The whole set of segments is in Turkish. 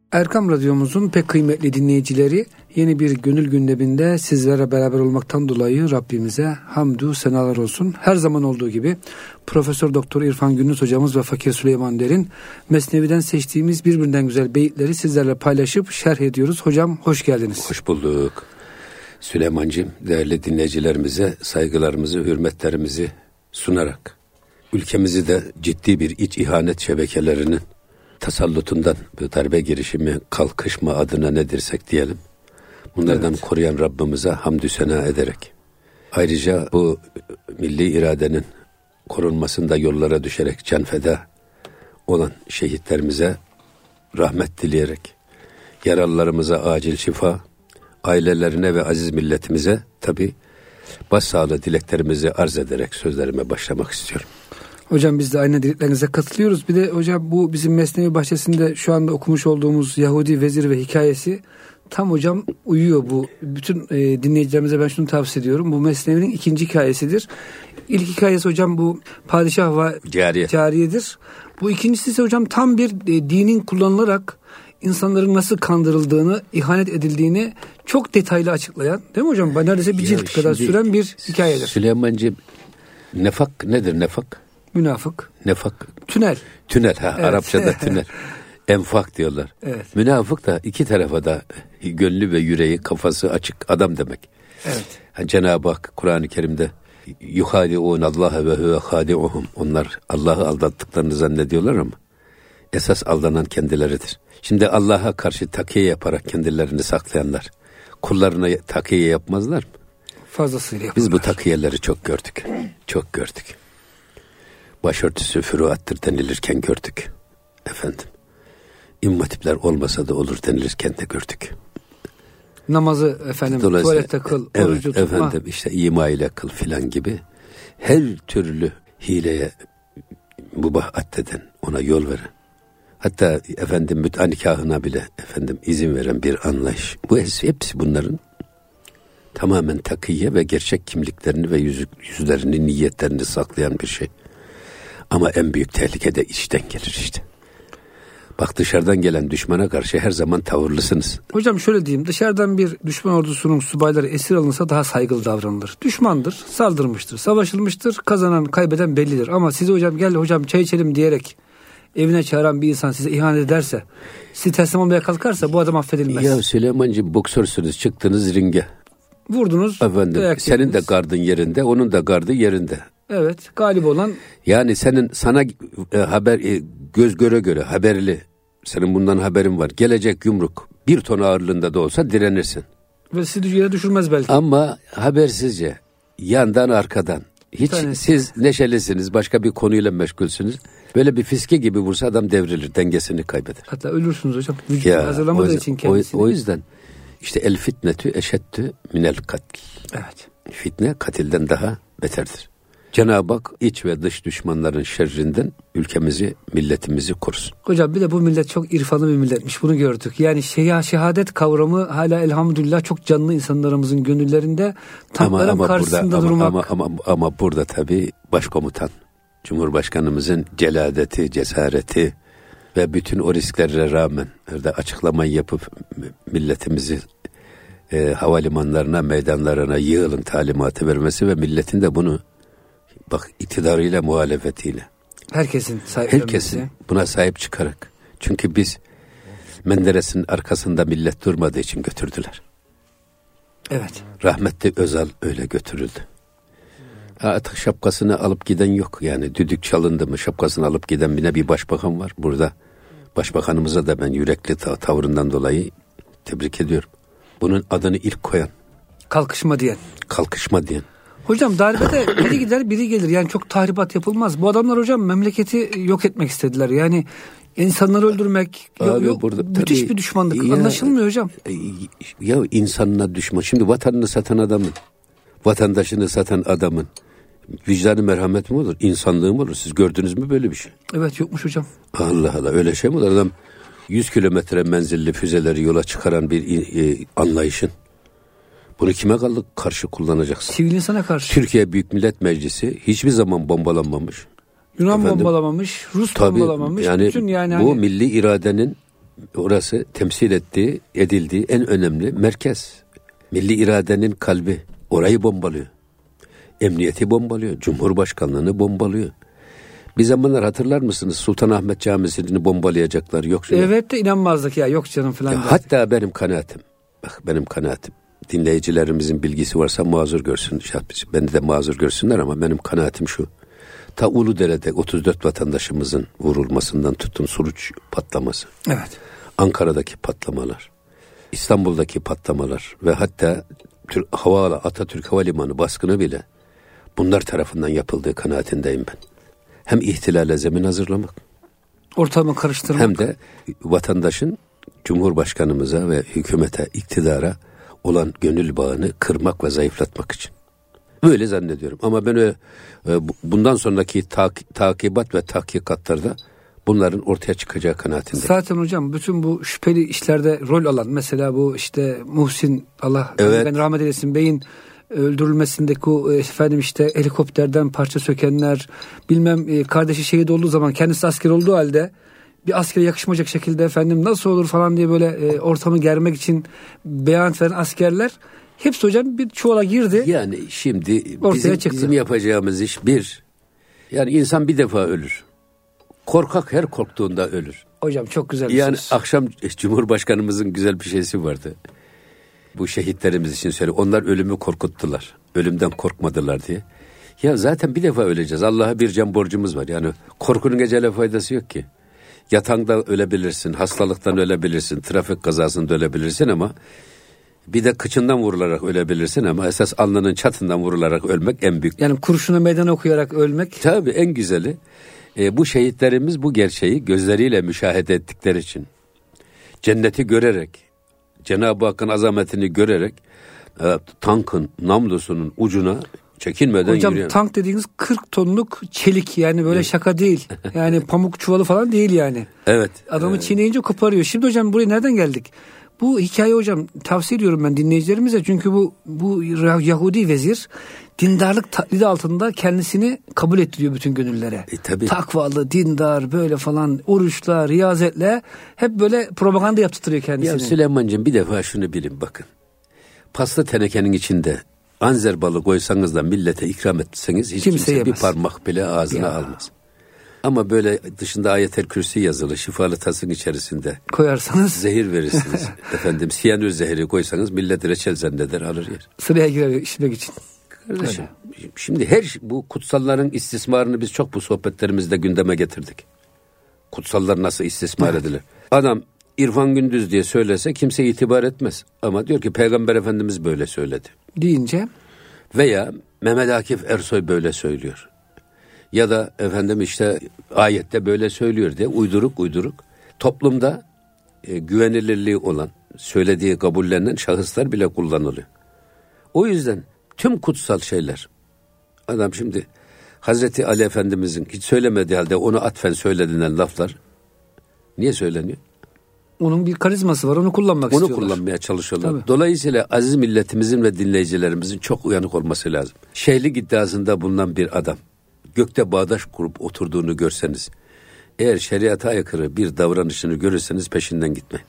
Erkam Radyomuzun pek kıymetli dinleyicileri, yeni bir gönül gündeminde sizlere beraber olmaktan dolayı Rabbimize hamdü senalar olsun. Her zaman olduğu gibi Profesör Doktor İrfan Gündüz hocamız ve Fakir Süleyman Derin Mesnevi'den seçtiğimiz birbirinden güzel beyitleri sizlerle paylaşıp şerh ediyoruz. Hocam hoş geldiniz. Hoş bulduk. Süleymancığım, değerli dinleyicilerimize saygılarımızı, hürmetlerimizi sunarak ülkemizi de ciddi bir iç ihanet şebekelerinin tasallutundan, bu darbe girişimi, kalkışma adına ne dersek diyelim, bunlardan koruyan Rabbimize hamdü sena ederek, ayrıca bu milli iradenin korunmasında yollara düşerek can feda olan şehitlerimize rahmet dileyerek, yaralılarımıza acil şifa, ailelerine ve aziz milletimize tabi başsağlığı dileklerimizi arz ederek sözlerime başlamak istiyorum. Hocam biz de aynı dileklerinize katılıyoruz. Bir de hocam bu bizim Mesnevi Bahçesi'nde şu anda okumuş olduğumuz Yahudi vezir ve hikayesi tam hocam uyuyor bu. Bütün dinleyicilerimize ben şunu tavsiye ediyorum. Bu Mesnevi'nin ikinci hikayesidir. İlk hikayesi hocam bu padişah ve cariyedir. Bu ikincisi ise hocam tam bir dinin kullanılarak insanların nasıl kandırıldığını, ihanet edildiğini çok detaylı açıklayan, değil mi hocam? Neredeyse bir cilt kadar süren bir hikayedir. Süleymancığım, nefak nedir nefak? Münafık. Nefak. Tünel. Tünel ha, evet. Arapçada tünel. Enfak diyorlar. Evet. Münafık da iki tarafa da gönlü ve yüreği, kafası açık adam demek. Evet. Cenab-ı Hak Kur'an-ı Kerim'de yuhadi'un Allah ve huve hadi'uhum. Onlar Allah'ı aldattıklarını zannediyorlar ama esas aldanan kendileridir. Şimdi Allah'a karşı takiye yaparak kendilerini saklayanlar kullarına takiye yapmazlar mı? Fazlasıyla yaparlar. Biz bu takiyeleri çok gördük. Çok gördük. Başörtüsü füruattır denilirken gördük. Efendim. İmam hatipler olmasa da olur denilirken de gördük. Namazı efendim tuvalette kıl, orucu tutma. Efendim işte ima ile kıl filan gibi her türlü hileye mubah addeden, ona yol veren, hatta efendim müt'a nikahına bile efendim izin veren bir anlayış. Bu hepsi bunların tamamen takiye ve gerçek kimliklerini ve yüzlerini, niyetlerini saklayan bir şey. Ama en büyük tehlike de içten gelir işte. Bak, dışarıdan gelen düşmana karşı her zaman tavırlısınız. Hocam şöyle diyeyim, dışarıdan bir düşman ordusunun subayları esir alınsa daha saygılı davranılır. Düşmandır, saldırmıştır, savaşılmıştır, kazanan kaybeden bellidir. Ama size hocam gel hocam çay içelim diyerek evine çağıran bir insan size ihanet ederse, sizi teslim olmaya kalkarsa bu adam affedilmez. Ya Süleymancığım, boksörsünüz, çıktınız ringe. Vurdunuz. Efendim, senin de gardın yerinde, onun da gardı yerinde. Evet, galip olan. Yani sana haber göz göre göre haberli, senin bundan haberin var. Gelecek yumruk 1 ton ağırlığında da olsa direnirsin. Ve sizi yere düşürmez belki. Ama habersizce, yandan arkadan, hiç siz neşelisiniz, başka bir konuyla meşgulsünüz. Böyle bir fiske gibi vursa adam devrilir, dengesini kaybeder. Hatta ölürsünüz hocam. Vücudu hazırlamadığı için kendisini. O yüzden işte el fitnetü eşeddü minel katil. Evet. Fitne katilden daha beterdir. Cenab-ı Hak iç ve dış düşmanların şerrinden ülkemizi, milletimizi korusun. Hocam bir de bu millet çok irfanlı bir milletmiş. Bunu gördük. Yani şehadet kavramı hala elhamdülillah çok canlı insanlarımızın gönüllerinde. Tankların karşısında durmak. Ama burada tabii başkomutan, Cumhurbaşkanımızın celadeti, cesareti ve bütün o risklere rağmen orada açıklamayı yapıp milletimizi havalimanlarına, meydanlarına yığılın talimatı vermesi ve milletin de bunu iktidarıyla, muhalefetiyle, herkesin buna sahip çıkarak, çünkü biz Menderes'in arkasında millet durmadığı için götürdüler. Evet. Rahmetli Özal öyle götürüldü. Artık şapkasını alıp giden yok. Yani düdük çalındı mı şapkasını alıp giden bir başbakan var. Burada başbakanımıza da ben yürekli tavrından dolayı tebrik ediyorum. Bunun adını ilk koyan. Kalkışma diyen. Hocam darbede biri gider biri gelir. Yani çok tahribat yapılmaz. Bu adamlar hocam memleketi yok etmek istediler. Yani insanları öldürmek müthiş bir düşmanlık. Anlaşılmıyor hocam. Ya insanına düşman. Şimdi vatanını satan adamın, vatandaşını satan adamın vicdanı merhamet mi olur? İnsanlığı mı olur? Siz gördünüz mü böyle bir şey? Evet, yokmuş hocam. Allah Allah, öyle şey mi olur? Adam 100 kilometre menzilli füzeleri yola çıkaran bir anlayışın. Bunu kime karşı kullanacaksın? Sivil insana karşı. Türkiye Büyük Millet Meclisi hiçbir zaman bombalanmamış. Yunan bombalamamış, Rus bombalamamış. Yani bu milli iradenin orası temsil edildiği en önemli merkez. Milli iradenin kalbi. Orayı bombalıyor. Emniyeti bombalıyor. Cumhurbaşkanlığını bombalıyor. Bir zamanlar hatırlar mısınız? Sultanahmet Camisi'ni bombalayacaklar. Yok. Evet de inanmazdık ya. Yok canım falan. Hatta benim kanaatim. Bak benim kanaatim. Dinleyicilerimizin bilgisi varsa mazur görsün. Beni de mazur görsünler ama benim kanaatim şu. Ta Uludere'de 34 vatandaşımızın vurulmasından tutun Suruç patlaması. Evet. Ankara'daki patlamalar. İstanbul'daki patlamalar ve hatta Atatürk Havalimanı baskını bile bunlar tarafından yapıldığı kanaatindeyim ben. Hem ihtilale zemin hazırlamak, ortamı karıştırmak, hem de vatandaşın Cumhurbaşkanımıza ve hükümete, iktidara olan gönül bağını kırmak ve zayıflatmak için. Öyle zannediyorum. Ama ben bundan sonraki takibat ve tahkikatlarda bunların ortaya çıkacağı kanaatindeyim. Zaten hocam bütün bu şüpheli işlerde rol alan, mesela bu işte Muhsin, Allah rahmet eylesin, Bey'in öldürülmesindeki o işte helikopterden parça sökenler, bilmem kardeşi şehit olduğu zaman kendisi asker olduğu halde bir askere yakışmayacak şekilde nasıl olur falan diye böyle ortamı germek için beyan veren askerler hepsi hocam bir çuvala girdi. Yani şimdi bizim yapacağımız iş yani insan bir defa ölür. Korkak her korktuğunda ölür. Hocam çok güzel bir yani söz. Akşam Cumhurbaşkanımızın güzel bir şeysi vardı. Bu şehitlerimiz için söyle. Onlar ölümü korkuttular. Ölümden korkmadılar diye. Ya zaten bir defa öleceğiz. Allah'a bir can borcumuz var. Yani korkunun ecele faydası yok ki. Yatağında ölebilirsin, hastalıktan ölebilirsin, trafik kazasında ölebilirsin ama bir de kıçından vurularak ölebilirsin ama esas alnının çatından vurularak ölmek en büyük. Yani kurşuna meydan okuyarak ölmek. Tabii en güzeli. Bu şehitlerimiz bu gerçeği gözleriyle müşahede ettikleri için, cenneti görerek, Cenab-ı Hakk'ın azametini görerek tankın namlusunun ucuna çekinmeden hocam, yürüyen. Tank dediğiniz 40 tonluk çelik, yani böyle şaka değil. Yani pamuk çuvalı falan değil yani. Evet. Adamı çiğneyince koparıyor. Şimdi hocam buraya nereden geldik? Bu hikaye hocam tavsiye ediyorum ben dinleyicilerimize, çünkü bu Yahudi vezir dindarlık taklidi altında kendisini kabul ettiriyor bütün gönüllere. Tabii. Takvalı, dindar, böyle falan oruçla, riyazetle hep böyle propaganda yaptırıyor kendisini. Ya Süleyman'cığım bir defa şunu bilin bakın. Paslı tenekenin içinde anzer balı koysanız da millete ikram etseniz hiç kimse bir parmak bile ağzına almaz. Ama böyle dışında Ayet-el Kürsi yazılı şifalı tasın içerisinde koyarsanız zehir verirsiniz. Efendim siyanür zehri koysanız millet reçel zanneder alır yer. Sıraya girer işlemek için. Kardeşim şimdi bu kutsalların istismarını biz çok bu sohbetlerimizde gündeme getirdik. Kutsallar nasıl istismar edilir? Adam İrfan Gündüz diye söylese kimse itibar etmez. Ama diyor ki Peygamber Efendimiz böyle söyledi deyince, veya Mehmet Akif Ersoy böyle söylüyor. Ya da efendim işte ayette böyle söylüyor diye uyduruk toplumda güvenilirliği olan, söylediği kabullenen şahıslar bile kullanılıyor. O yüzden tüm kutsal şeyler, adam şimdi Hazreti Ali Efendimizin hiç söylemediği halde onu atfen söylediğinden laflar niye söyleniyor? Onun bir karizması var, onu kullanmak istiyorlar. Onu kullanmaya çalışıyorlar. Tabii. Dolayısıyla aziz milletimizin ve dinleyicilerimizin çok uyanık olması lazım. Şeyhlik iddiasında bulunan bir adam gökte bağdaş kurup oturduğunu görseniz, eğer şeriata aykırı bir davranışını görürseniz peşinden gitmeyin.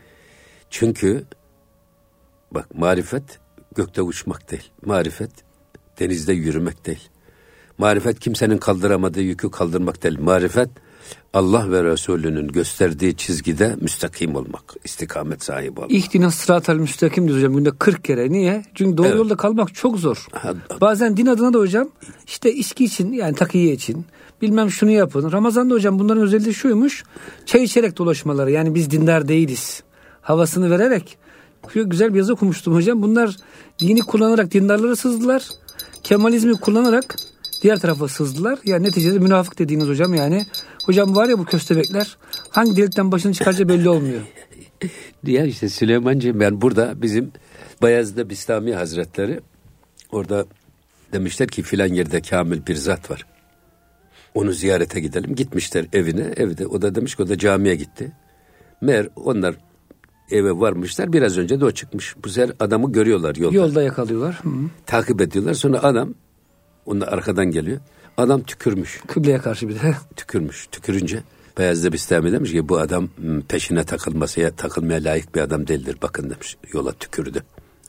Çünkü bak, marifet gökte uçmak değil. Marifet denizde yürümek değil. Marifet kimsenin kaldıramadığı yükü kaldırmak değil. Marifet Allah ve Resulünün gösterdiği çizgide müstakim olmak, istikamet sahibi olmak. İhtinas sıratel müstakim diyoruz hocam günde 40 kere. Niye? Çünkü doğru yolda kalmak çok zor. Bazen din adına da hocam işte içki için, yani takiye için, bilmem şunu yapın. Ramazan'da hocam bunların özelliği şuymuş: çay içerek dolaşmaları, yani biz dindar değiliz havasını vererek. Güzel bir yazı okumuştum hocam. Bunlar dini kullanarak dindarları sızdılar. Kemalizmi kullanarak diğer tarafa sızdılar. Yani neticede münafık dediğiniz hocam, yani hocam var ya bu köstebekler hangi delikten başını çıkaracağı belli olmuyor. Ya işte Süleymancığım, ben burada bizim Bayezid Bistami Hazretleri orada demişler ki filan yerde kamil bir zat var. Onu ziyarete gidelim. Gitmişler evine. Evde o da demiş ki o da camiye gitti. Meğer onlar eve varmışlar. Biraz önce de o çıkmış. Bu sefer adamı görüyorlar yolda. Yolda yakalıyorlar. Hı. Takip ediyorlar. Sonra adam onlar arkadan geliyor. Adam tükürmüş. Kıbleye karşı bir de. Tükürmüş. Tükürünce Beyazıt Bistami demiş ki bu adam peşine takılmaya layık bir adam değildir. Bakın demiş, yola tükürdü.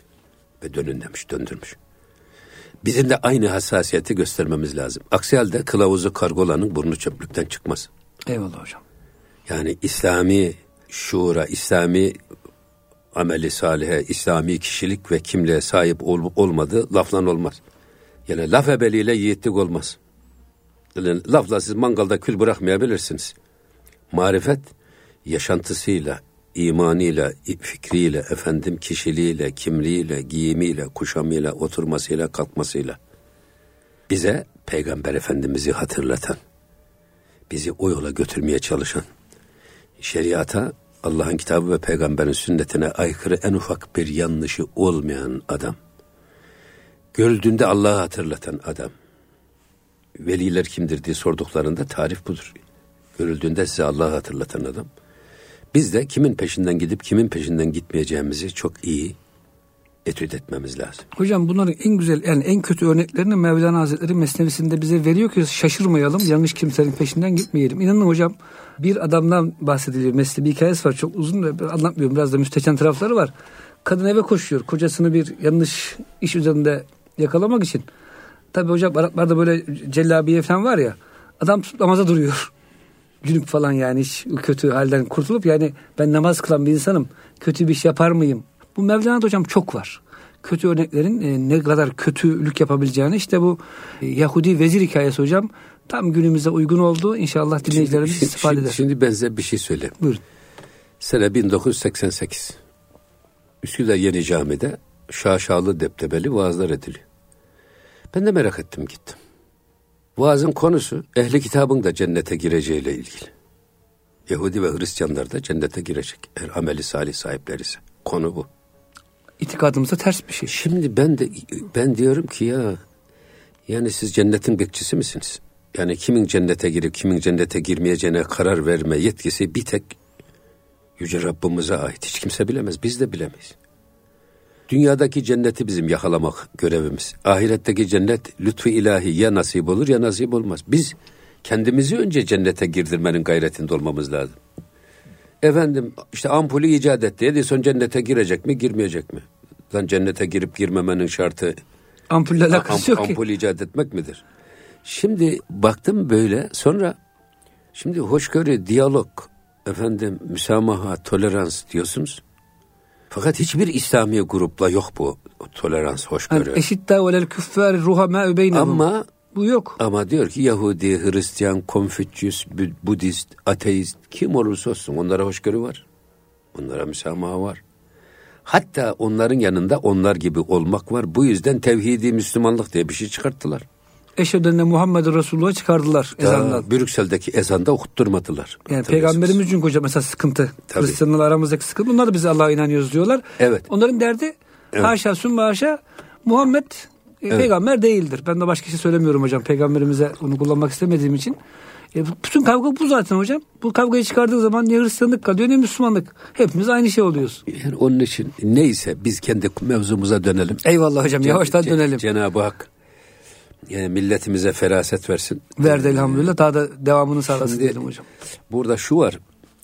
Ve dönün demiş, döndürmüş. Bizim de aynı hassasiyeti göstermemiz lazım. Aksi halde kılavuzu kargolanın burnu çöplükten çıkmaz. Eyvallah hocam. Yani İslami şuura, İslami ameli salihe, İslami kişilik ve kimliğe sahip olmadığı lafla olmaz. Yani laf ebeliyle yiğitlik olmaz. Yani lafla siz mangalda kül bırakmayabilirsiniz. Marifet yaşantısıyla, imanıyla, fikriyle, kişiliğiyle, kimliğiyle, giyimiyle, kuşamıyla, oturmasıyla, kalkmasıyla bize Peygamber Efendimiz'i hatırlatan, bizi o yola götürmeye çalışan, şeriata, Allah'ın kitabı ve peygamberin sünnetine aykırı en ufak bir yanlışı olmayan adam, görüldüğünde Allah'ı hatırlatan adam, veliler kimdir diye sorduklarında tarif budur. Görüldüğünde size Allah'ı hatırlatan adam. Biz de kimin peşinden gidip kimin peşinden gitmeyeceğimizi çok iyi etüt etmemiz lazım. Hocam bunların en güzel, yani en kötü örneklerini Mevlana Hazretleri Mesnevisinde bize veriyor ki şaşırmayalım, yanlış kimsenin peşinden gitmeyelim. İnanın hocam, bir adamdan bahsediliyor. Mesnevi bir hikayesi var, çok uzun da anlatmıyorum, biraz da müstehcen tarafları var. Kadın eve koşuyor, kocasını bir yanlış iş üzerinde yakalamak için. Tabii hocam Araplarda böyle cellabiye falan var ya, adam namaza duruyor. Cünüp falan, yani hiç kötü halden kurtulup, yani ben namaz kılan bir insanım, kötü bir iş yapar mıyım? Bu Mevlana'da hocam çok var. Kötü örneklerin ne kadar kötülük yapabileceğini, işte bu Yahudi vezir hikayesi hocam tam günümüze uygun oldu. İnşallah dinleyicilerimiz istifade eder. Şimdi ben size bir şey söyleyeyim. Buyurun. Sene 1988. Üsküdar Yeni Cami'de şaşalı deptebeli vaazlar ediliyor. Ben de merak ettim, gittim. Vaazın konusu ehli kitabın da cennete gireceğiyle ilgili. Yahudi ve Hristiyanlar da cennete girecek, eğer ameli salih sahipleri ise. Konu bu. İtikadımıza ters bir şey. Şimdi ben diyorum ki yani siz cennetin bekçisi misiniz? Yani kimin cennete girip kimin cennete girmeyeceğine karar verme yetkisi bir tek Yüce Rabbimize ait. Hiç kimse bilemez, biz de bilemeyiz. Dünyadaki cenneti bizim yakalamak görevimiz. Ahiretteki cennet lütfu ilahi, ya nasip olur ya nasip olmaz. Biz kendimizi önce cennete girdirmenin gayretinde olmamız lazım. Efendim işte ampulü icat etti. Edison cennete girecek mi, girmeyecek mi? Lan cennete girip girmemenin şartı ampulle alakası yok ki. Ampul icat etmek midir? Şimdi baktım böyle, sonra şimdi hoşgörü, diyalog, müsamaha, tolerans diyorsunuz. Fakat hiçbir İslami grupla yok bu tolerans, hoşgörü. Yani eşitta velel küffâri ruhamâ beynehum. Ama bu yok. Ama diyor ki Yahudi, Hristiyan, Konfüçyüs, Budist, ateist, kim olursa olsun onlara hoşgörü var. Onlara müsamaha var. Hatta onların yanında onlar gibi olmak var. Bu yüzden tevhidi Müslümanlık diye bir şey çıkarttılar. Eşhedü enne Muhammed'in Resulullah'ı çıkardılar ezandan. Brüksel'deki ezanda okutturmadılar. Yani peygamberimiz için hocam mesela sıkıntı. Tabii. Hristiyanlarla aramızdaki sıkıntı. Bunlar da biz Allah'a inanıyoruz diyorlar. Evet. Onların derdi haşa sümme haşa Muhammed peygamber değildir. Ben de başka şey söylemiyorum hocam. Peygamberimize onu kullanmak istemediğim için. Bütün kavga bu zaten hocam. Bu kavgayı çıkardığı zaman ne Hristiyanlık kalıyor ne Müslümanlık. Hepimiz aynı şey oluyoruz. Yani onun için neyse biz kendi mevzumuza dönelim. Eyvallah hocam, yavaştan dönelim. Cenab-ı Hak yani milletimize feraset versin. Verdi elhamdülillah. Daha da devamını sağlasın diyelim hocam. Burada şu var.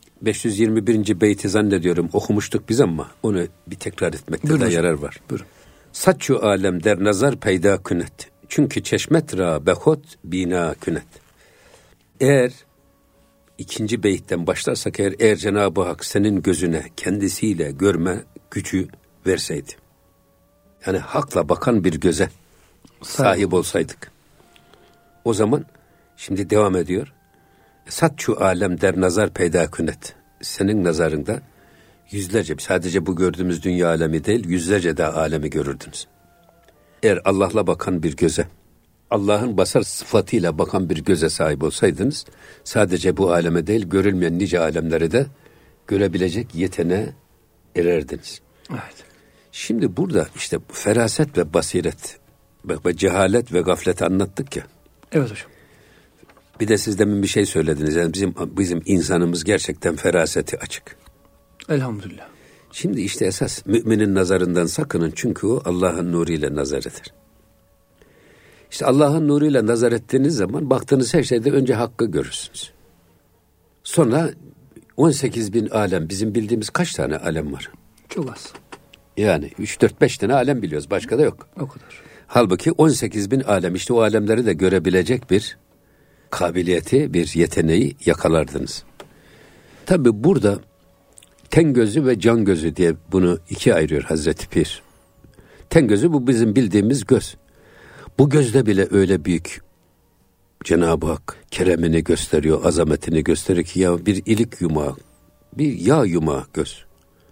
521. beyti zannediyorum okumuştuk biz ama onu bir tekrar etmekte de yarar var. Buyurun. Saçu alem der nazar peyda künet. Çünkü çeşmet ra behot bina künet. Eğer ikinci beyitten başlarsak eğer Cenab-ı Hak senin gözüne kendisiyle görme gücü verseydi. Yani hakla bakan bir göze sahip olsaydık. O zaman şimdi devam ediyor. Saçu alem der nazar peyda künet. Senin nazarında yüzlerce, sadece bu gördüğümüz dünya alemi değil, yüzlerce daha alemi görürdünüz. Eğer Allah'la bakan bir göze, Allah'ın basar sıfatıyla bakan bir göze sahip olsaydınız, sadece bu aleme değil, görülmeyen nice alemleri de görebilecek yeteneğe ererdiniz. Evet. Şimdi burada işte feraset ve basiret, cehalet ve gaflet anlattık ya. Evet hocam. Bir de siz demin bir şey söylediniz. Yani bizim insanımız gerçekten feraseti açık. Elhamdülillah. Şimdi işte esas müminin nazarından sakının, çünkü o Allah'ın nuruyla nazar eder. İşte Allah'ın nuruyla nazar ettiğiniz zaman baktığınız her şeyde önce hakkı görürsünüz. Sonra 18 bin alem, bizim bildiğimiz kaç tane alem var? Çok az. Yani 3-4-5 tane alem biliyoruz, başka da yok. O kadar. Halbuki 18 bin alem, işte o alemleri de görebilecek bir kabiliyeti, bir yeteneği yakalardınız. Tabi burada ten gözü ve can gözü diye bunu ikiye ayırıyor Hazreti Pir. Ten gözü bu bizim bildiğimiz göz. Bu gözde bile öyle büyük Cenab-ı Hak keremini gösteriyor, azametini gösteriyor ki ya bir ilik yumağı, bir yağ yumağı göz.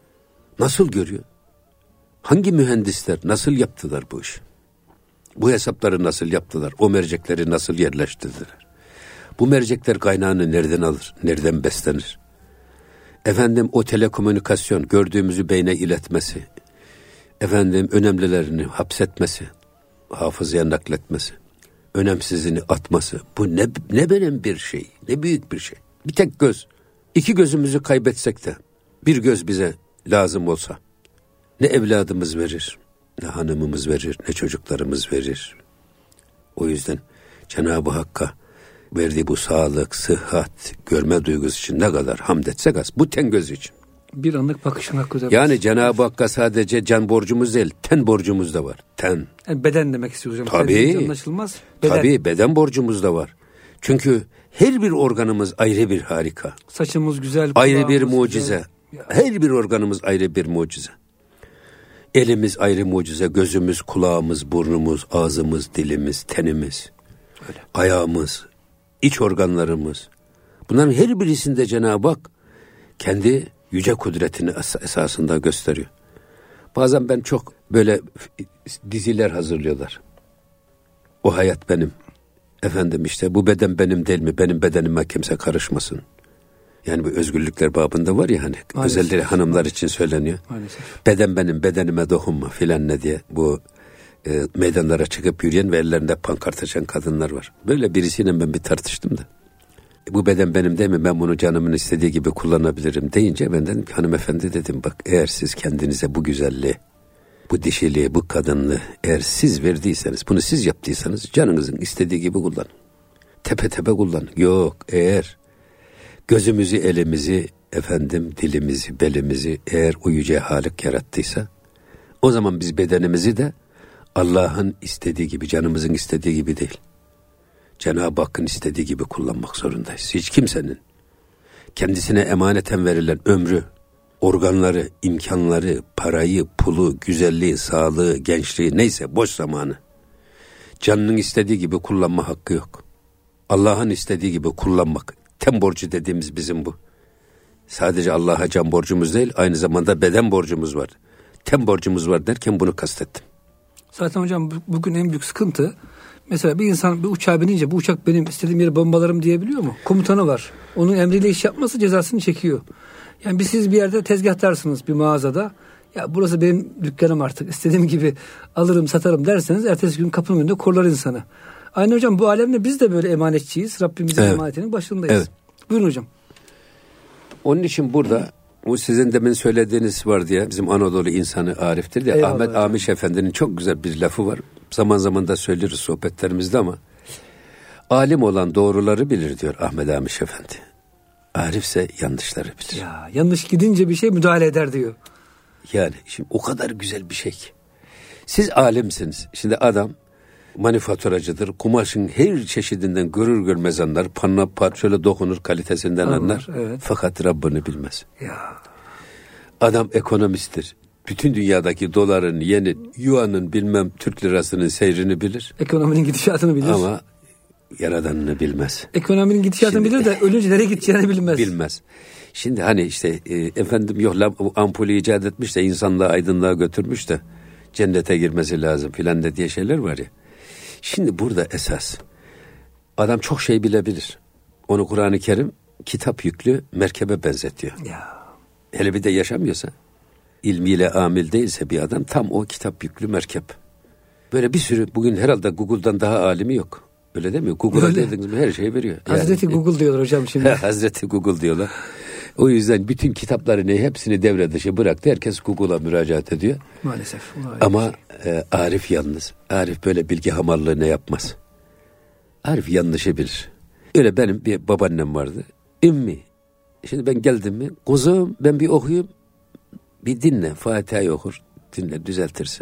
Nasıl görüyor? Hangi mühendisler nasıl yaptılar bu işi? Bu hesapları nasıl yaptılar? O mercekleri nasıl yerleştirdiler? Bu mercekler kaynağını nereden alır? Nereden beslenir? Efendim o telekomünikasyon, gördüğümüzü beyne iletmesi, efendim önemlilerini hapsetmesi, hafızaya nakletmesi, önemsizini atması. Bu ne benim bir şey, ne büyük bir şey. Bir tek göz. 2 gözümüzü kaybetsek de bir göz bize lazım olsa ne evladımız verir, ne hanımımız verir, ne çocuklarımız verir. O yüzden Cenab-ı Hakk'a verdiği bu sağlık, sıhhat, görme duygusu için ne kadar hamd etsek az. Bu ten gözü için. Bir anlık bakışın hakkı üzere. Yani Cenab-ı Hakk'a sadece can borcumuz değil, ten borcumuz da var. Ten. Yani beden demek istiyoruz hocam. Tabii. Anlaşılmaz. Beden. Tabii beden borcumuz da var. Çünkü her bir organımız ayrı bir harika. Saçımız güzel. Ayrı bir mucize. Her bir organımız ayrı bir mucize. Elimiz ayrı mucize, gözümüz, kulağımız, burnumuz, ağzımız, dilimiz, tenimiz, öyle. Ayağımız, iç organlarımız. Bunların her birisinde Cenab-ı Hak kendi yüce kudretini esasında gösteriyor. Bazen ben çok böyle diziler hazırlıyorlar. O hayat benim. Efendim işte bu beden benim değil mi? Benim bedenime kimse karışmasın. Yani bu özgürlükler babında var ya hani. Maalesef. Özellikle hanımlar için söyleniyor. Maalesef. Beden benim, bedenime dokunma filan ne diye bu meydanlara çıkıp yürüyen ve ellerinde pankart açan kadınlar var. Böyle birisiyle ben bir tartıştım da. Bu beden benim değil mi? Ben bunu canımın istediği gibi kullanabilirim deyince ben dedim ki hanımefendi dedim bak eğer siz kendinize bu güzelliği, bu dişiliği, bu kadınlığı eğer siz verdiyseniz, bunu siz yaptıysanız canınızın istediği gibi kullanın. Tepe tepe kullanın. Yok eğer gözümüzü, elimizi, efendim dilimizi, belimizi eğer o yüce Halik yarattıysa o zaman biz bedenimizi de Allah'ın istediği gibi, canımızın istediği gibi değil. Cenab-ı Hakk'ın istediği gibi kullanmak zorundayız. Hiç kimsenin kendisine emaneten verilen ömrü, organları, imkanları, parayı, pulu, güzelliği, sağlığı, gençliği neyse boş zamanı canının istediği gibi kullanma hakkı yok. Allah'ın istediği gibi kullanmak. Ten borcu dediğimiz bizim bu. Sadece Allah'a can borcumuz değil, aynı zamanda beden borcumuz var. Ten borcumuz var derken bunu kastettim. Zaten hocam bugün en büyük sıkıntı, mesela bir insan bir uçağa binince bu uçak benim istediğim yere bombalarım diyebiliyor mu? Komutanı var. Onun emriyle iş yapması cezasını çekiyor. Yani siz bir yerde tezgahtarsınız bir mağazada. Ya burası benim dükkanım artık. İstediğim gibi alırım satarım derseniz ertesi gün kapının önünde korlar insanı. Aynı hocam bu alemde biz de böyle emanetçiyiz. Rabbimizin emanetinin başındayız. Evet. Buyurun hocam. Onun için burada bu sizin demin söylediğiniz var diye bizim Anadolu insanı ariftir diye Ahmet hocam. Amiş Efendi'nin çok güzel bir lafı var. Zaman zaman da söylüyoruz sohbetlerimizde ama alim olan doğruları bilir diyor Ahmet Amiş Efendi. Arifse yanlışları bilir. Ya, yanlış gidince bir şey müdahale eder diyor. Yani şimdi o kadar güzel bir şey ki. Siz alimsiniz. Şimdi adam manifaturacıdır. Kumaşın her çeşidinden görür görmez anlar. Panla şöyle dokunur kalitesinden anlar. Evet. Fakat Rabbini bilmez. Ya. Adam ekonomisttir. Bütün dünyadaki doların, yenin, yuanın bilmem Türk lirasının seyrini bilir. Ekonominin gidişatını bilir. Ama yaradanını bilmez. Ekonominin gidişatını bilir de ölünce nereye gideceğini bilmez. Bilmez. Şimdi hani işte efendim yok ampulü icat etmiş de insanlığı aydınlığa götürmüş de cennete girmesi lazım filan de diye şeyler var ya. Şimdi burada esas adam çok şey bilebilir. Onu Kur'an-ı Kerim kitap yüklü merkebe benzetiyor. Ya. Hele bir de yaşamıyorsa, ilmiyle amil değilse bir adam tam o kitap yüklü merkep. Böyle bir sürü bugün herhalde Google'dan daha alimi yok. Öyle değil mi? Google'a dediğiniz mi her şeyi veriyor. Hazreti Google diyorlar hocam şimdi. Hazreti Google diyorlar. O yüzden bütün kitaplarını hepsini devre dışı bıraktı. Herkes Google'a müracaat ediyor. Maalesef. Ama Arif yalnız. Arif böyle bilgi hamallığı ne yapmaz. Arif yanlışı bilir. Öyle benim bir babaannem vardı. Ümmi. Şimdi ben geldim mi? Kuzum ben bir okuyayım. Bir dinle. Fatiha'yı okur. Dinle, düzeltirsin.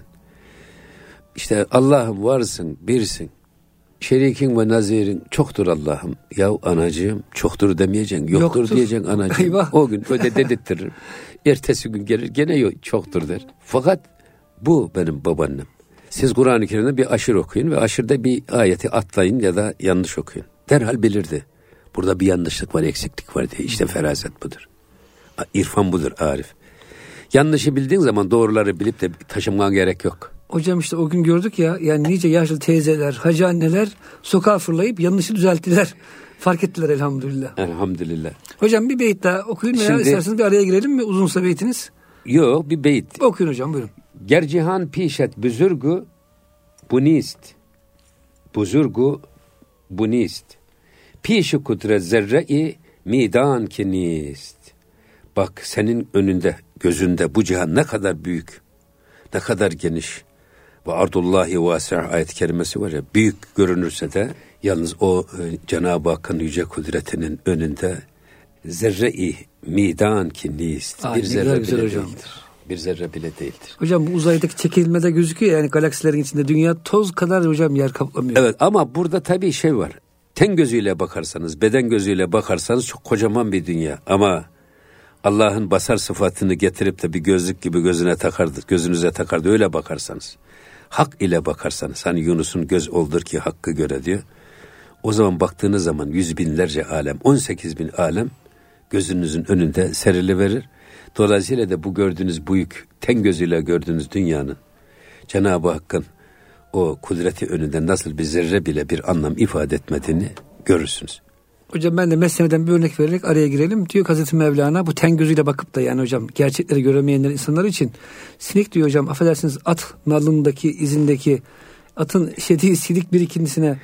İşte Allah'ım varsın, birsin. Şerikin ve nazirin çoktur Allah'ım. Ya anacığım çoktur demeyeceksin. Yoktur diyeceksin anacığım. Eyvah. O gün öde dedirtirim. Ertesi gün gelir gene çoktur der. Fakat bu benim babaannem. Siz Kur'an-ı Kerim'de bir aşır okuyun ve aşırda bir ayeti atlayın ya da yanlış okuyun. Derhal bilirdi. Burada bir yanlışlık var, eksiklik var diye. İşte feraset budur. İrfan budur, arif. Yanlışı bildiğin zaman doğruları bilip de taşımman gerek yok. Hocam işte o gün gördük ya, yani nice yaşlı teyzeler, hacı anneler sokağa fırlayıp yanlışı düzelttiler. Fark ettiler elhamdülillah. Elhamdülillah. Hocam bir beyit daha okuyun veya isterseniz bir araya girelim mi? Uzunsa beytiniz. Yok, bir beyit. Okuyun hocam, buyurun. Gercihan pişet büzürgü bunist. Buzurgu bunist. Pişi kudret zerre-i midan kinist. Bak senin önünde, gözünde bu cihan ne kadar büyük, ne kadar geniş. Ve ardullahi vasi' ayet-i kerimesi var ya, büyük görünürse de yalnız o Cenab-ı Hakk'ın yüce kudretinin önünde zerre-i midan kinist. Bir zerre bile değildir. Bir zerre bile değildir. Hocam bu uzaydaki çekilmede gözüküyor yani, galaksilerin içinde dünya toz kadar hocam yer kaplamıyor. Evet, ama burada tabii şey var. Ten gözüyle bakarsanız, beden gözüyle bakarsanız çok kocaman bir dünya. Ama Allah'ın basar sıfatını getirip de bir gözlük gibi gözünüze takardı. Öyle bakarsanız, hak ile bakarsanız, hani Yunus'un göz oldur ki hakkı göre diyor. O zaman baktığınız zaman 100 binlerce alem, 18 bin alem gözünüzün önünde seriliverir. Dolayısıyla da bu gördüğünüz büyük, ten gözüyle gördüğünüz dünyanın Cenab-ı Hakk'ın o kudreti önünde nasıl bir zerre bile bir anlam ifade etmediğini görürsünüz. Hocam ben de Mesnevi'den bir örnek vererek araya girelim. Diyor Hazreti Mevlana, bu ten gözüyle bakıp da yani hocam gerçekleri göremeyenler insanlar için sinek diyor hocam, affedersiniz, at nalındaki izindeki atın işediği silik birikintisine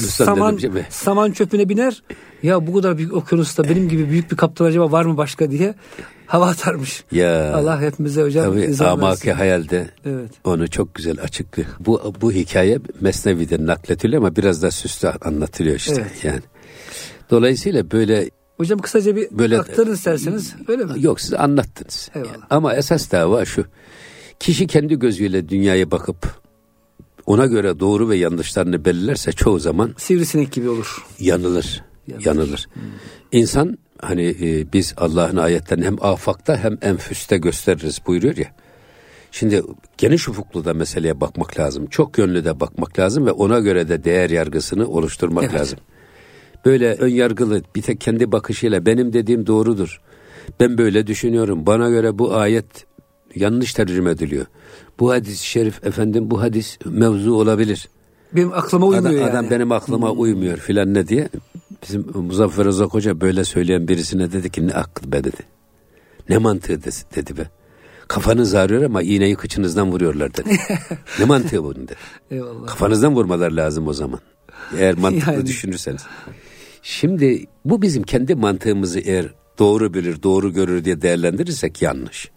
saman çöpüne biner. Ya bu kadar büyük okyanusta benim gibi büyük bir kaptan acaba var mı başka diye hava atarmış. Ya, Allah hepimize hocam tabii amaki hayalde evet, onu çok güzel açıklıyor. Bu hikaye Mesnevi'den naklediliyor ama biraz da süslü anlatılıyor işte evet. Yani. Dolayısıyla böyle hocam kısaca bir böyle aktarın isterseniz, öyle mi? Yok, siz anlattınız. Yani. Ama esas dava şu. Kişi kendi gözüyle dünyaya bakıp ona göre doğru ve yanlışlarını belirlerse çoğu zaman sivrisinek gibi olur. Yanılır. İnsan hani biz Allah'ın ayetlerini hem afakta hem enfüste gösteririz buyuruyor ya. Şimdi geniş ufuklu da meseleye bakmak lazım. Çok yönlü de bakmak lazım ve ona göre de değer yargısını oluşturmak evet. lazım. Böyle ön yargılı bir tek kendi bakışıyla benim dediğim doğrudur, ben böyle düşünüyorum, bana göre bu ayet yanlış tercüme ediliyor, bu hadis-i şerif efendim bu hadis mevzu olabilir, benim aklıma uymuyor adam benim aklıma uymuyor filan ne diye. Bizim Muzaffer Özak Hoca böyle söyleyen birisine dedi ki ne akıl be dedi, ne mantığı dedi be, kafanız ağrıyor ama iğneyi kıçınızdan vuruyorlar dedi. Ne mantığı bunun dedi. Eyvallah. Kafanızdan vurmalar lazım o zaman eğer mantıklı yani düşünürseniz. Şimdi bu bizim kendi mantığımızı eğer doğru bilir, doğru görür diye değerlendirirsek yanlış.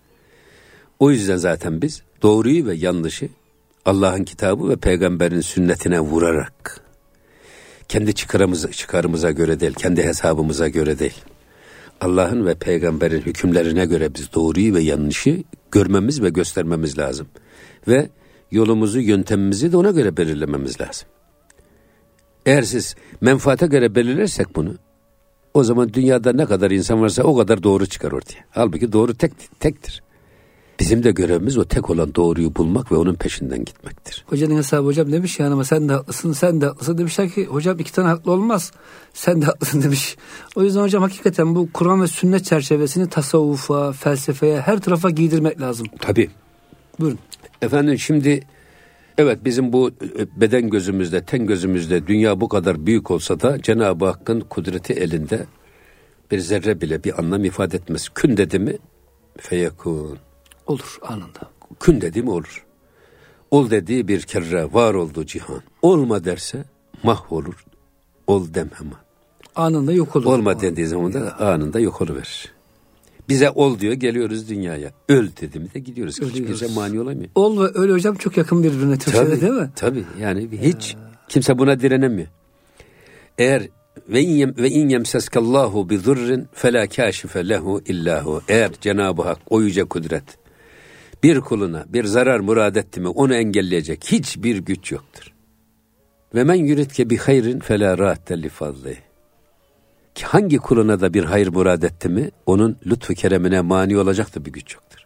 O yüzden zaten biz doğruyu ve yanlışı Allah'ın kitabı ve peygamberin sünnetine vurarak, kendi çıkarımıza göre değil, kendi hesabımıza göre değil, Allah'ın ve peygamberin hükümlerine göre biz doğruyu ve yanlışı görmemiz ve göstermemiz lazım. Ve yolumuzu, yöntemimizi de ona göre belirlememiz lazım. Eğer siz menfaate göre belirlersek bunu, o zaman dünyada ne kadar insan varsa o kadar doğru çıkar ortaya. Halbuki doğru tektir. Bizim de görevimiz o tek olan doğruyu bulmak ve onun peşinden gitmektir. Hocanın hesabı hocam demiş yani, ama sen de haklısın, sen de haklısın. Demişler ki hocam 2 tane haklı olmaz, sen de haklısın demiş. O yüzden hocam hakikaten bu Kur'an ve sünnet çerçevesini tasavvufa, felsefeye, her tarafa giydirmek lazım. Tabii. Buyurun. Efendim şimdi evet, bizim bu beden gözümüzde, ten gözümüzde dünya bu kadar büyük olsa da Cenab-ı Hakk'ın kudreti elinde bir zerre bile bir anlam ifade etmez. Kün dedi mi feyekun. Olur anında. Kün dedi mi olur. Ol dediği bir kere var oldu cihan. Olma derse mahvolur. Ol dem hemen. Anında yok olur. Olma dediği zaman da anında yok oluverir. Bize ol diyor, geliyoruz dünyaya. Öl dedi mi de gidiyoruz. Hiç bize mani olamıyor. Ol ve öl hocam çok yakın birbirine Türkçe'de değil mi? Tabii yani hiç kimse buna direnemiyor. Eğer Ve in yemseskallahu bi zurrin fela kashife lehu illahu. Eğer Cenab-ı Hak o yüce kudret bir kuluna bir zarar murad etti mi onu engelleyecek hiçbir güç yoktur. Ve men yuridke bi hayrin fela ra'te li fadlihi. Hangi kuluna da bir hayır murad etti mi onun lütfu keremine mani olacak da bir güç yoktur.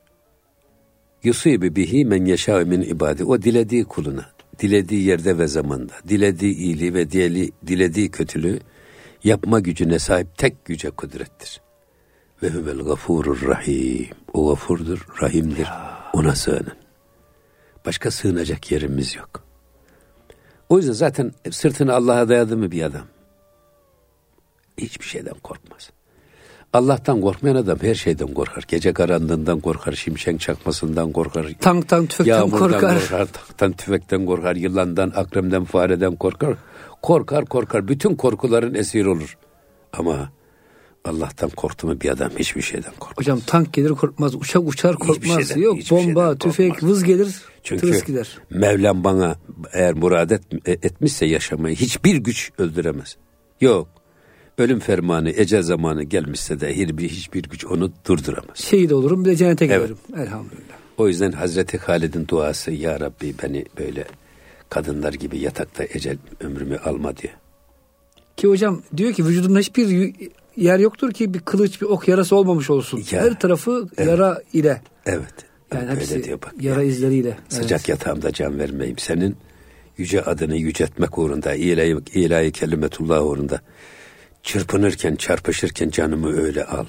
Yusibi bihi men yeşâ min ibadi. O dilediği kuluna, dilediği yerde ve zamanda, dilediği iyiliği ve dilediği kötülüğü yapma gücüne sahip tek güce kudrettir. Ve huvel gafurur rahim. O gafurdur, rahimdir. Ona sığının. Başka sığınacak yerimiz yok. O yüzden zaten sırtını Allah'a dayadı mı bir adam hiçbir şeyden korkmaz. Allah'tan korkmayan adam her şeyden korkar. Gece karanlığından korkar, şimşek çakmasından korkar. Tanktan, tüfekten korkar. Tanktan, tüfekten korkar, yılandan, akremden, fareden korkar. Korkar. Bütün korkuların esiri olur. Ama Allah'tan korktu mu bir adam hiçbir şeyden korkmaz. Hocam tank gelir korkmaz, uçak uçar korkmaz. Yok bomba, tüfek, vız gelir, tırıs gider. Mevlam bana eğer murad etmişse yaşamayı hiçbir güç öldüremez. Yok. Ölüm fermanı, ecel zamanı gelmişse de hiçbir güç onu durduramaz. Şehit olurum bir de cennete giderim. Evet. Elhamdülillah. O yüzden Hazreti Halid'in duası ya Rabbi beni böyle kadınlar gibi yatakta ecel ömrümü alma diye. Ki hocam diyor ki vücudumda hiçbir yer yoktur ki bir kılıç, bir ok yarası olmamış olsun. Ya, her tarafı yara ile. Evet. Yani hepsi diyor bak, yara izleriyle. Sıcak yatağımda can vermeyeyim. Senin yüce adını yüceltmek uğrunda, ilahi kelimetullah uğrunda çırpınırken, çarpışırken canımı öyle al.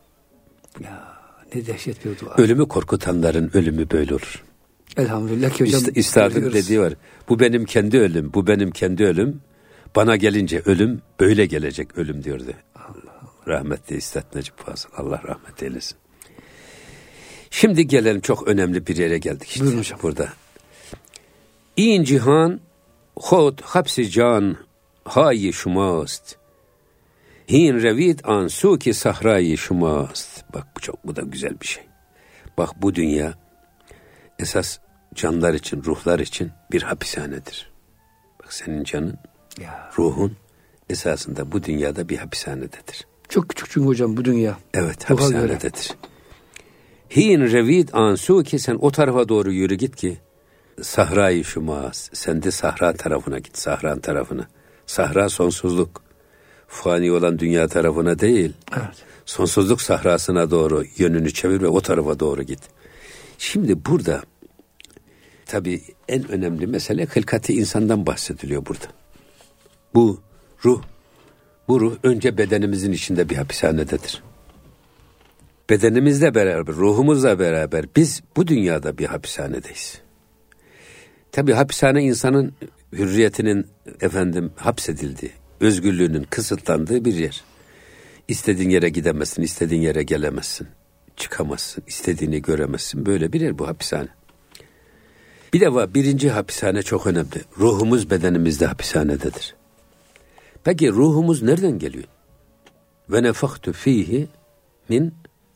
Ya ne dehşet bir dua. Ölümü korkutanların ölümü böyle olur. Elhamdülillah ki hocam. İstadın dediği var. Bu benim kendi ölüm. Bana gelince ölüm böyle gelecek ölüm diyordu. Allah. Rahmetli İstat Necip Fazıl. Allah rahmet eylesin. Şimdi gelelim çok önemli bir yere geldik işte. Buyurun hocam. Burada. İn cihan khod hapsi can hayi şumast. Hin revit an su ki sahrayı şumast. Bak bu da güzel bir şey. Bak bu dünya esas canlar için, ruhlar için bir hapishanedir. Bak senin canın, ruhun esasında bu dünyada bir hapishanededir. Çok küçük çünkü hocam bu dünya. Evet, hapishanededir. Hin revit an su ki sen o tarafa doğru yürü git ki sahrayı şumaz. Sen de sahra tarafına git, sahran tarafına. Sahra sonsuzluk. Fani olan dünya tarafına değil. Evet. Sonsuzluk sahrasına doğru yönünü çevir ve o tarafa doğru git. Şimdi burada tabii en önemli mesele hılkati insandan bahsediliyor burada. Bu ruh önce bedenimizin içinde bir hapishanededir. Bedenimizle beraber, ruhumuzla beraber biz bu dünyada bir hapishanedeyiz. Tabii hapishane insanın hürriyetinin hapsedildiği, özgürlüğünün kısıtlandığı bir yer. İstediğin yere gidemezsin, istediğin yere gelemezsin, çıkamazsın, istediğini göremezsin. Böyle bir yer bu hapishane. Bir de var, birinci hapishane çok önemli. Ruhumuz bedenimizde hapishanededir. Peki ruhumuz nereden geliyor? Ve nefaktu fihi min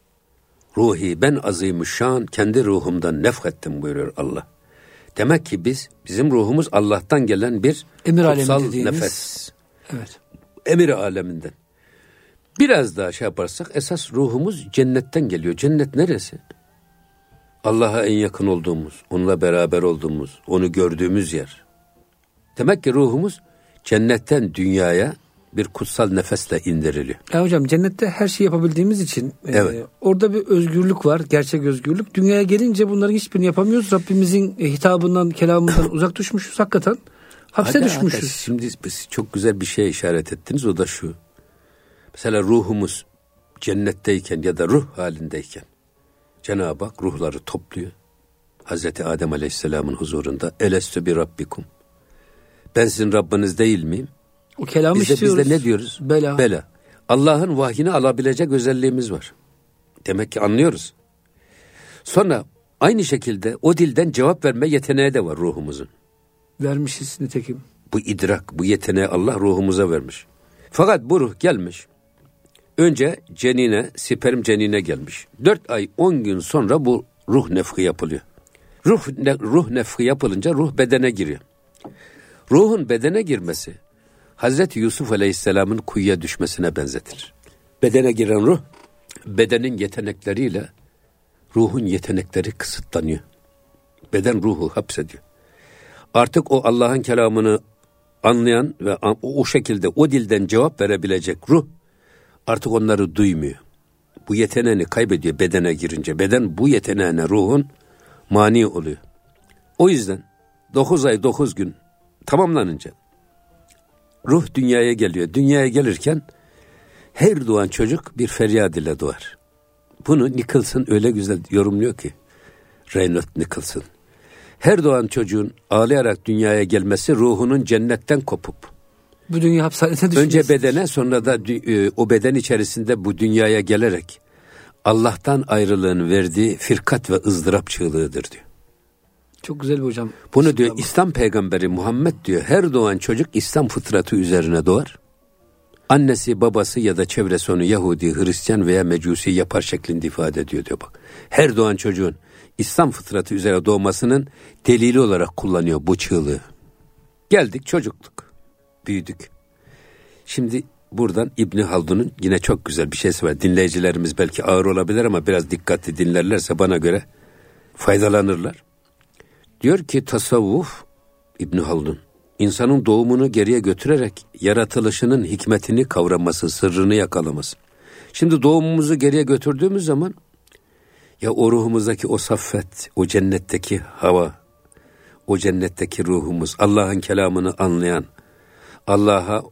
ruhi, ben azimüşşan kendi ruhumdan nefrettim buyuruyor Allah. Demek ki bizim ruhumuz Allah'tan gelen bir kutsal nefes. Evet. Emir aleminden. Biraz daha yaparsak esas ruhumuz cennetten geliyor. Cennet neresi? Allah'a en yakın olduğumuz, onunla beraber olduğumuz, onu gördüğümüz yer. Demek ki ruhumuz cennetten dünyaya bir kutsal nefesle indiriliyor. Hocam cennette her şeyi yapabildiğimiz için orada bir özgürlük var, gerçek özgürlük. Dünyaya gelince bunların hiçbirini yapamıyoruz. Rabbimizin hitabından, kelamından uzak düşmüşüz hakikaten. Hapse düşmüşüz. Şimdi siz çok güzel bir şeye işaret ettiniz, o da şu. Mesela ruhumuz cennetteyken ya da ruh halindeyken Cenab-ı Hak ruhları topluyor. Hazreti Adem Aleyhisselam'ın huzurunda elestü bi rabbikum. Ben sizin Rabbiniz değil miyim? O kelamı istiyoruz. Biz de ne diyoruz? Bela. Allah'ın vahyini alabilecek özelliğimiz var. Demek ki anlıyoruz. Sonra aynı şekilde o dilden cevap verme yeteneği de var ruhumuzun. Vermişiz nitekim. Bu idrak, bu yeteneği Allah ruhumuza vermiş. Fakat bu ruh gelmiş. Önce sperm cenine gelmiş. 4 ay 10 gün sonra bu ruh nefhi yapılıyor. Ruh nefhi yapılınca ruh bedene giriyor. Ruhun bedene girmesi Hazreti Yusuf Aleyhisselam'ın kuyuya düşmesine benzetilir. Bedene giren ruh, bedenin yetenekleriyle ruhun yetenekleri kısıtlanıyor. Beden ruhu hapsediyor. Artık o Allah'ın kelamını anlayan ve o şekilde o dilden cevap verebilecek ruh artık onları duymuyor. Bu yeteneğini kaybediyor bedene girince. Beden bu yeteneğine ruhun mani oluyor. O yüzden 9 ay 9 gün tamamlanınca ruh dünyaya geliyor. Dünyaya gelirken her doğan çocuk bir feryat ile doğar. Bunu Nicholson öyle güzel yorumluyor ki. Reinhold Nicholson. Her doğan çocuğun ağlayarak dünyaya gelmesi ruhunun cennetten kopup bu dünya hapishanesine düşmesi. Önce bedene, sonra da o beden içerisinde bu dünyaya gelerek Allah'tan ayrılığın verdiği firkat ve ızdırap çığlığıdır diyor. Çok güzel bir hocam. Bunu diyor İslam peygamberi Muhammed diyor, her doğan çocuk İslam fıtratı üzerine doğar. Annesi, babası ya da çevresi onu Yahudi, Hristiyan veya Mecusi yapar şeklinde ifade ediyor diyor bak. Her doğan çocuğun İslam fıtratı üzerine doğmasının delili olarak kullanıyor bu çığlığı. Geldik çocukluk, büyüdük. Şimdi buradan İbni Haldun'un yine çok güzel bir şeysi var. Dinleyicilerimiz belki ağır olabilir ama biraz dikkatli dinlerlerse bana göre faydalanırlar. Diyor ki tasavvuf, İbni Haldun, insanın doğumunu geriye götürerek yaratılışının hikmetini kavraması, sırrını yakalaması. Şimdi doğumumuzu geriye götürdüğümüz zaman ya o ruhumuzdaki o saffet, o cennetteki hava, o cennetteki ruhumuz, Allah'ın kelamını anlayan, Allah'a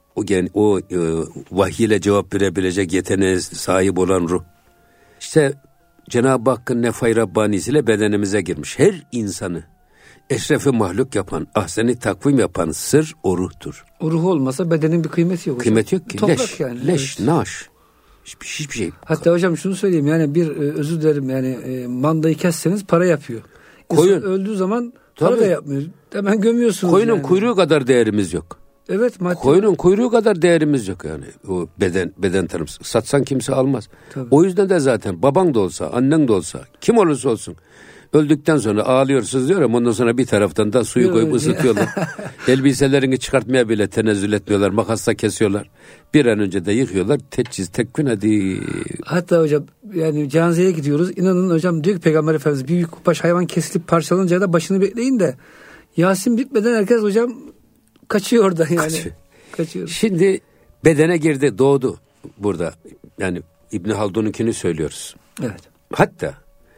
o vahiy ile cevap verebilecek yeteneğe sahip olan ruh. İşte Cenab-ı Hakk'ın nefay Rabbanisiyle bedenimize girmiş. Her insanı eşrefi mahluk yapan, ahseni takvim yapan sır o ruhtur. O ruh olmasa bedenin bir kıymeti yok. Kıymeti yok ki. Toprak yani. Leş, evet. Naş. Hiçbir şey. Hatta hocam şunu söyleyeyim, yani bir özür dilerim, yani mandayı kesseniz para yapıyor. Koyun. İnsan öldüğü zaman para da yapmıyor. Hemen gömüyorsunuz. Koyunun yani. kuyruğu kadar değerimiz yok. Evet, madde. Koyunun kuyruğu kadar değerimiz yok yani. O beden tanımsız. Satsan kimse almaz. Tabii. O yüzden de zaten baban da olsa, annen de olsa, kim olursa olsun öldükten sonra ağlıyor, sızlıyor ama ondan sonra bir taraftan da suyu koyup ısıtıyorlar. Elbiselerini çıkartmaya bile tenezzül etmiyorlar. Makasla kesiyorlar. Bir an önce de yıkıyorlar. Teçhiz, tekvin hadi. Hatta hocam yani cenazeye gidiyoruz. İnanın hocam, diyor ki Peygamber Efendimiz, büyükbaş hayvan kesilip parçalanınca da başını bekleyin de Yasin bitmeden herkes hocam kaçıyor orada yani. Kaçıyor. Şimdi bedene girdi, doğdu burada. Yani İbn Haldun'unkini söylüyoruz. Evet. Hatta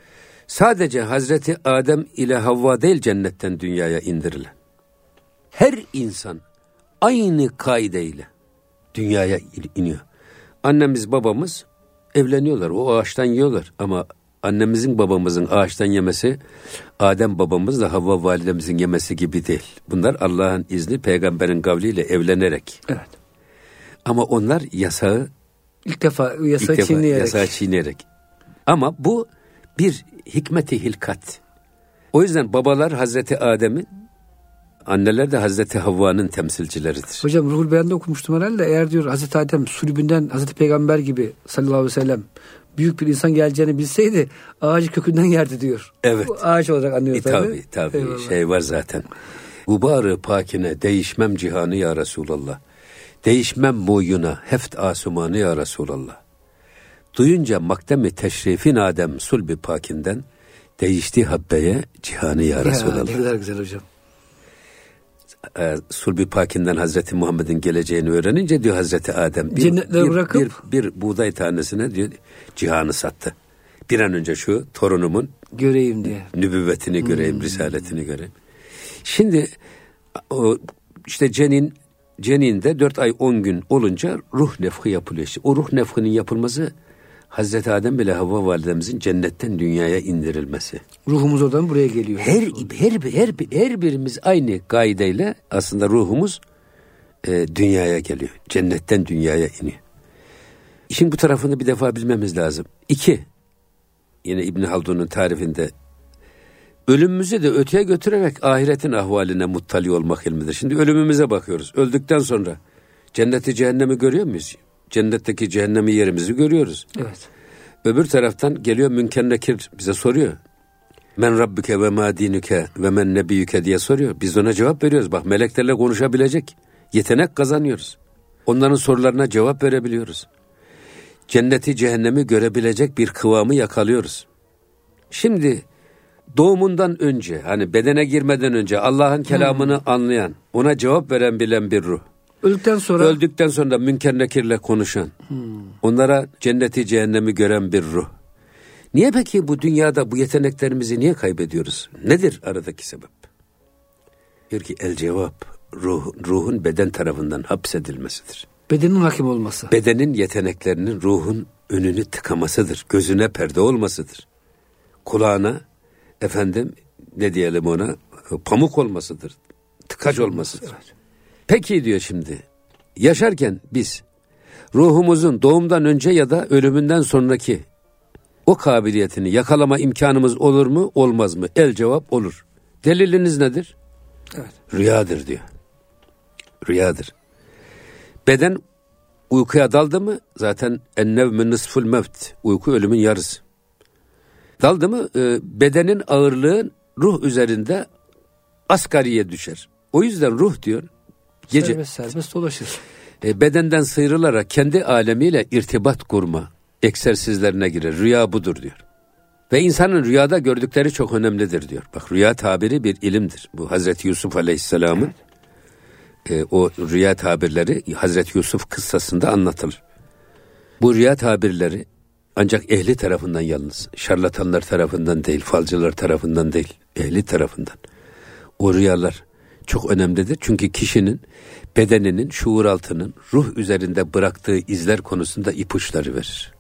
sadece Hazreti Adem ile Havva değil cennetten dünyaya indirilen her insan aynı kaideyle dünyaya iniyor. Annemiz babamız evleniyorlar, o ağaçtan yiyorlar ama annemizin babamızın ağaçtan yemesi Adem babamızla Havva validemizin yemesi gibi değil. Bunlar Allah'ın izni, peygamberin kavliyle evlenerek. Evet. Ama onlar yasağı ilk defa çiğneyerek. Ama bu bir hikmet-i hilkat. O yüzden babalar Hazreti Adem'in, anneler de Hazreti Havva'nın temsilcileridir. Hocam Ruhul Beyan'da okumuştum herhalde. Eğer diyor Hazreti Adem sülbünden Hazreti Peygamber gibi sallallahu aleyhi ve sellem büyük bir insan geleceğini bilseydi ağacı kökünden yerdi diyor. Evet. Bu ağaç olarak anlıyor tabii. Tabii. Eyvallah. Şey var zaten. Gubarı pakine değişmem cihanı ya Resulallah. Değişmem boyuna heft asumanı ya Resulallah. Duyunca makdemi teşrifin Adem sulbi pakinden değişti habbeye cihanı ya Resulallah. Ne kadar güzel hocam. Sulbi pakinden Hazreti Muhammed'in geleceğini öğrenince diyor Hazreti Adem bir buğday tanesine diyor cihanı sattı. Bir an önce şu torunumun göreyim diye. Nübüvvetini göreyim, risaletini göreyim. Şimdi o işte ceninde 4 ay 10 gün olunca ruh nefhi yapılıyor. İşte o ruh nefhinin yapılması Hazreti Adem ile Havva validemizin cennetten dünyaya indirilmesi. Ruhumuz oradan buraya geliyor. Her birimiz aynı kaideyle aslında ruhumuz dünyaya geliyor. Cennetten dünyaya iniyor. İşin bu tarafını bir defa bilmemiz lazım. 2, yine İbn Haldun'un tarifinde ölümümüzü de öteye götürerek ahiretin ahvaline muttali olmak ilmidir. Şimdi ölümümüze bakıyoruz. Öldükten sonra cenneti cehennemi görüyor muyuz? Cennetteki cehennemi yerimizi görüyoruz. Evet. Öbür taraftan geliyor Münker Nekir bize soruyor. Men Rabbüke ve ma dinüke ve men nebiyyüke diye soruyor. Biz ona cevap veriyoruz. Bak meleklerle konuşabilecek Yetenek kazanıyoruz. Onların sorularına cevap verebiliyoruz. Cenneti cehennemi görebilecek bir kıvamı yakalıyoruz. Şimdi doğumundan önce, hani bedene girmeden önce Allah'ın kelamını anlayan, ona cevap veren bilen bir ruh. Öldükten sonra da münker nekirle konuşan, onlara cenneti cehennemi gören bir ruh. Niye peki bu dünyada bu yeteneklerimizi niye kaybediyoruz? Nedir aradaki sebep? Diyor ki el cevap, ruhun beden tarafından hapsedilmesidir. Bedenin hakim olması. Bedenin yeteneklerinin ruhun önünü tıkamasıdır. Gözüne perde olmasıdır. Kulağına ne diyelim ona, pamuk olmasıdır. Tıkaç olmasıdır. Evet. Peki diyor şimdi, yaşarken biz ruhumuzun doğumdan önce ya da ölümünden sonraki o kabiliyetini yakalama imkanımız olur mu, olmaz mı? El cevap olur. Deliliniz nedir? Evet. Rüyadır diyor. Rüyadır. Beden uykuya daldı mı zaten ennevmü nısful mevt. Uyku ölümün yarısı. Daldı mı bedenin ağırlığı ruh üzerinde asgariye düşer. O yüzden ruh diyor gece serbest dolaşır. Bedenden sıyrılarak kendi alemiyle irtibat kurma egzersizlerine girer. Rüya budur diyor. Ve insanın rüyada gördükleri çok önemlidir diyor. Bak rüya tabiri bir ilimdir. Bu Hazreti Yusuf Aleyhisselam'ın o rüya tabirleri Hazreti Yusuf kıssasında anlatılır. Bu rüya tabirleri ancak ehli tarafından yalnız, şarlatanlar tarafından değil, falcılar tarafından değil, ehli tarafından. O rüyalar çok önemlidir. Çünkü kişinin bedeninin, şuuraltının ruh üzerinde bıraktığı izler konusunda ipuçları verir.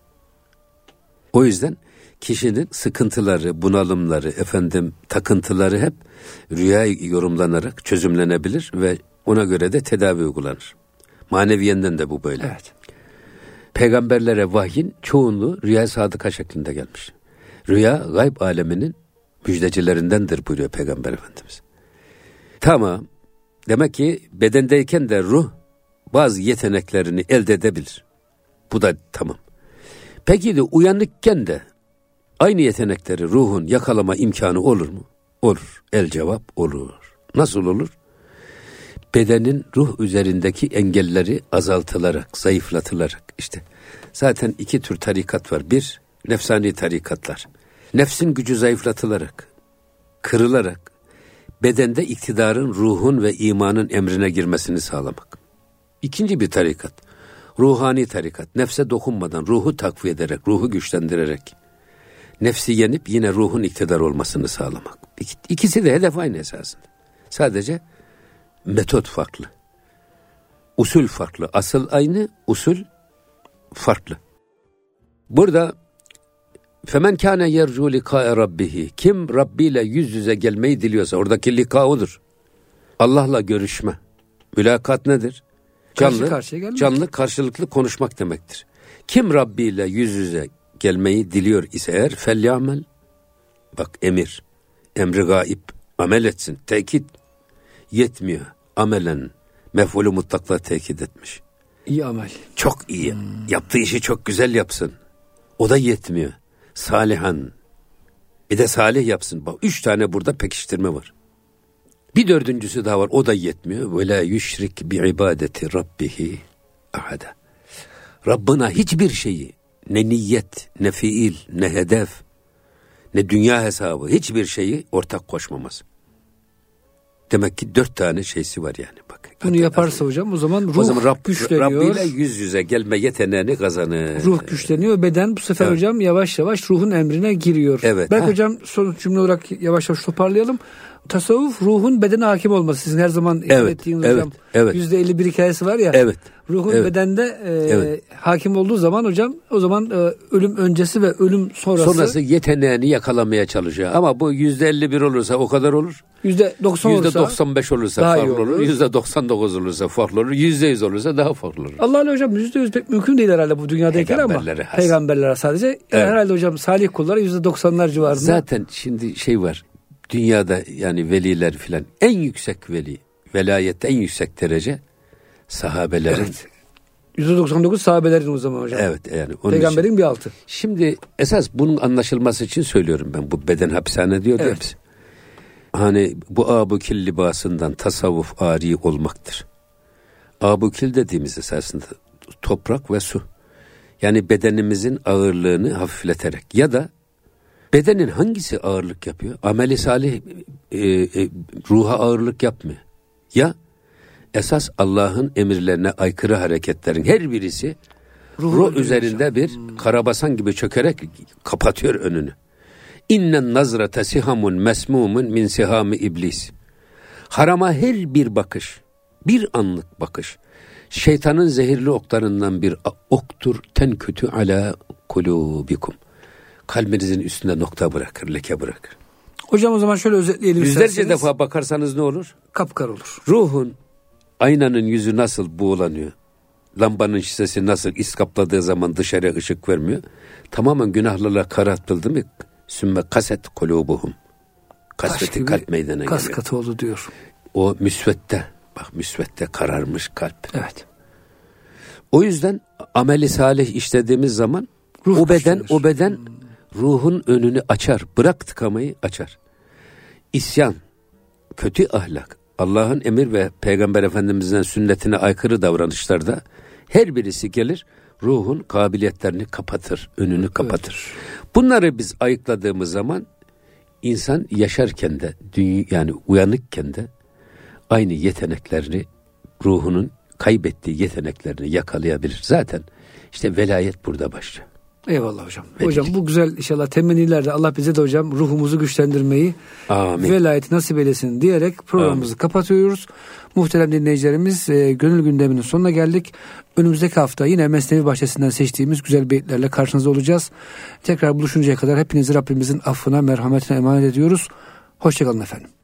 O yüzden kişinin sıkıntıları, bunalımları, takıntıları hep rüya yorumlanarak çözümlenebilir ve ona göre de tedavi uygulanır. Maneviyenden de bu böyle. Evet. Peygamberlere vahyin çoğunluğu rüya sadıka şeklinde gelmiş. Rüya gayb aleminin müjdecilerindendir buyuruyor Peygamber Efendimiz. Tamam. Demek ki bedendeyken de ruh bazı yeteneklerini elde edebilir. Bu da tamam. Peki de uyanıkken de aynı yetenekleri ruhun yakalama imkanı olur mu? Olur. El cevap olur. Nasıl olur? Bedenin ruh üzerindeki engelleri azaltılarak, zayıflatılarak. İşte zaten iki tür tarikat var. Bir, nefsani tarikatlar. Nefsin gücü zayıflatılarak, kırılarak, bedende iktidarın, ruhun ve imanın emrine girmesini sağlamak. İkinci bir tarikat, ruhani tarikat. Nefse dokunmadan, ruhu takviye ederek, ruhu güçlendirerek, nefsi yenip yine ruhun iktidar olmasını sağlamak. İkisi de hedef aynı esasında. Sadece metot farklı. Usul farklı. Asıl aynı, usul farklı. Burada femen kâne yercu likâe rabbihi. Kim Rabbi ile yüz yüze gelmeyi diliyorsa, oradaki lika odur. Allah'la görüşme. Mülakat nedir? Canlı karşılıklı konuşmak demektir. Kim Rabbi ile yüz yüze gelmeyi diliyor ise eğer felyamel, bak emir, emri gaib, amel etsin, tekit yetmiyor. Amelen, mef'ulü mutlakla tekit etmiş. İyi amel. Çok iyi. Yaptığı işi çok güzel yapsın. O da yetmiyor. Salihan. Bir de salih yapsın. Bak 3 tane burada pekiştirme var. Bir dördüncüsü daha var. O da yetmiyor. Ve la yüşrik bi ibadeti rabbihi ahada. Rabbına hiçbir şeyi, ne niyet, ne fiil, ne hedef, ne dünya hesabı, hiçbir şeyi ortak koşmamaz. Demek ki 4 tane şeysi var yani. Bak. Bunu yaparsa hocam o zaman ruh güçleniyor. Rabbi ile yüz yüze gelme yeteneğini kazanır. Ruh güçleniyor. Beden bu sefer hocam yavaş yavaş ruhun emrine giriyor. Evet. Belki hocam son cümle olarak yavaş yavaş toparlayalım. Tasavvuf ruhun bedene hakim olması. Sizin her zaman ifade ettiğiniz hocam. Evet. %51 hikayesi var ya. Evet. Ruhun bedende hakim olduğu zaman hocam o zaman ölüm öncesi ve ölüm sonrası yeteneğini yakalamaya çalışıyor. Ama bu %51 olursa o kadar olur. %90 olursa %95 olursa farklı olur. %99 olursa farklı olur. %100 olursa daha farklı olur. Allah'la hocam %100 pek mümkün değil herhalde bu dünyadayken ama peygamberlere sadece. Evet. Herhalde hocam salih kullara %90'lar civarında. Zaten şimdi şey var. Dünyada yani veliler filan en yüksek veli, velayette en yüksek derece sahabelerin. Evet. %99 sahabelerin o zaman hocam. Evet yani. Peygamberin için bir altı. Şimdi esas bunun anlaşılması için söylüyorum ben. Bu beden hapishane diyor da hepsi. Hani bu abu kil libasından tasavvuf ari olmaktır. Abukil dediğimiz esasında toprak ve su. Yani bedenimizin ağırlığını hafifleterek ya da bedenin hangisi ağırlık yapıyor? Ameli salih ruha ağırlık yapmıyor. Ya esas Allah'ın emirlerine aykırı hareketlerin her birisi ruh üzerinde bir karabasan gibi çökerek kapatıyor önünü. İnnen nazrate sihamun mesmumun min sihami iblis. Harama her bir bakış, bir anlık bakış, şeytanın zehirli oklarından bir oktur tenkütü ala kulubikum. Kalbinizin üstünde nokta bırakır, leke bırakır. Hocam o zaman şöyle özetleyelim. Yüzlerce defa bakarsanız ne olur? Kapkar olur. Ruhun, aynanın yüzü nasıl buğulanıyor? Lambanın şişesi nasıl iskapladığı zaman dışarıya ışık vermiyor? Tamamen günahlarla karartıldı mı? Sümme kaset kulubuhum. Kasveti kalp meydana geliyor. Kas katı oldu diyor. O müsvedde. Bak müsvedde kararmış kalp. Evet. O yüzden ameli salih işlediğimiz zaman o beden ruhun önünü açar. Bırak tıkamayı açar. İsyan, kötü ahlak, Allah'ın emir ve Peygamber Efendimiz'den sünnetine aykırı davranışlarda her birisi gelir ruhun kabiliyetlerini kapatır, önünü kapatır. Evet. Bunları biz ayıkladığımız zaman insan yaşarken de yani uyanıkken de aynı yeteneklerini, ruhunun kaybettiği yeteneklerini yakalayabilir. Zaten işte velayet burada başlıyor. Eyvallah hocam. Hocam bu güzel inşallah temennilerde Allah bize de hocam ruhumuzu güçlendirmeyi, amin, velayeti nasip eylesin diyerek programımızı amin kapatıyoruz. Muhterem dinleyicilerimiz, Gönül Gündemi'nin sonuna geldik. Önümüzdeki hafta yine Mesnevi Bahçesi'nden seçtiğimiz güzel beyitlerle karşınızda olacağız. Tekrar buluşuncaya kadar hepinizi Rabbimizin affına, merhametine emanet ediyoruz. Hoşçakalın efendim.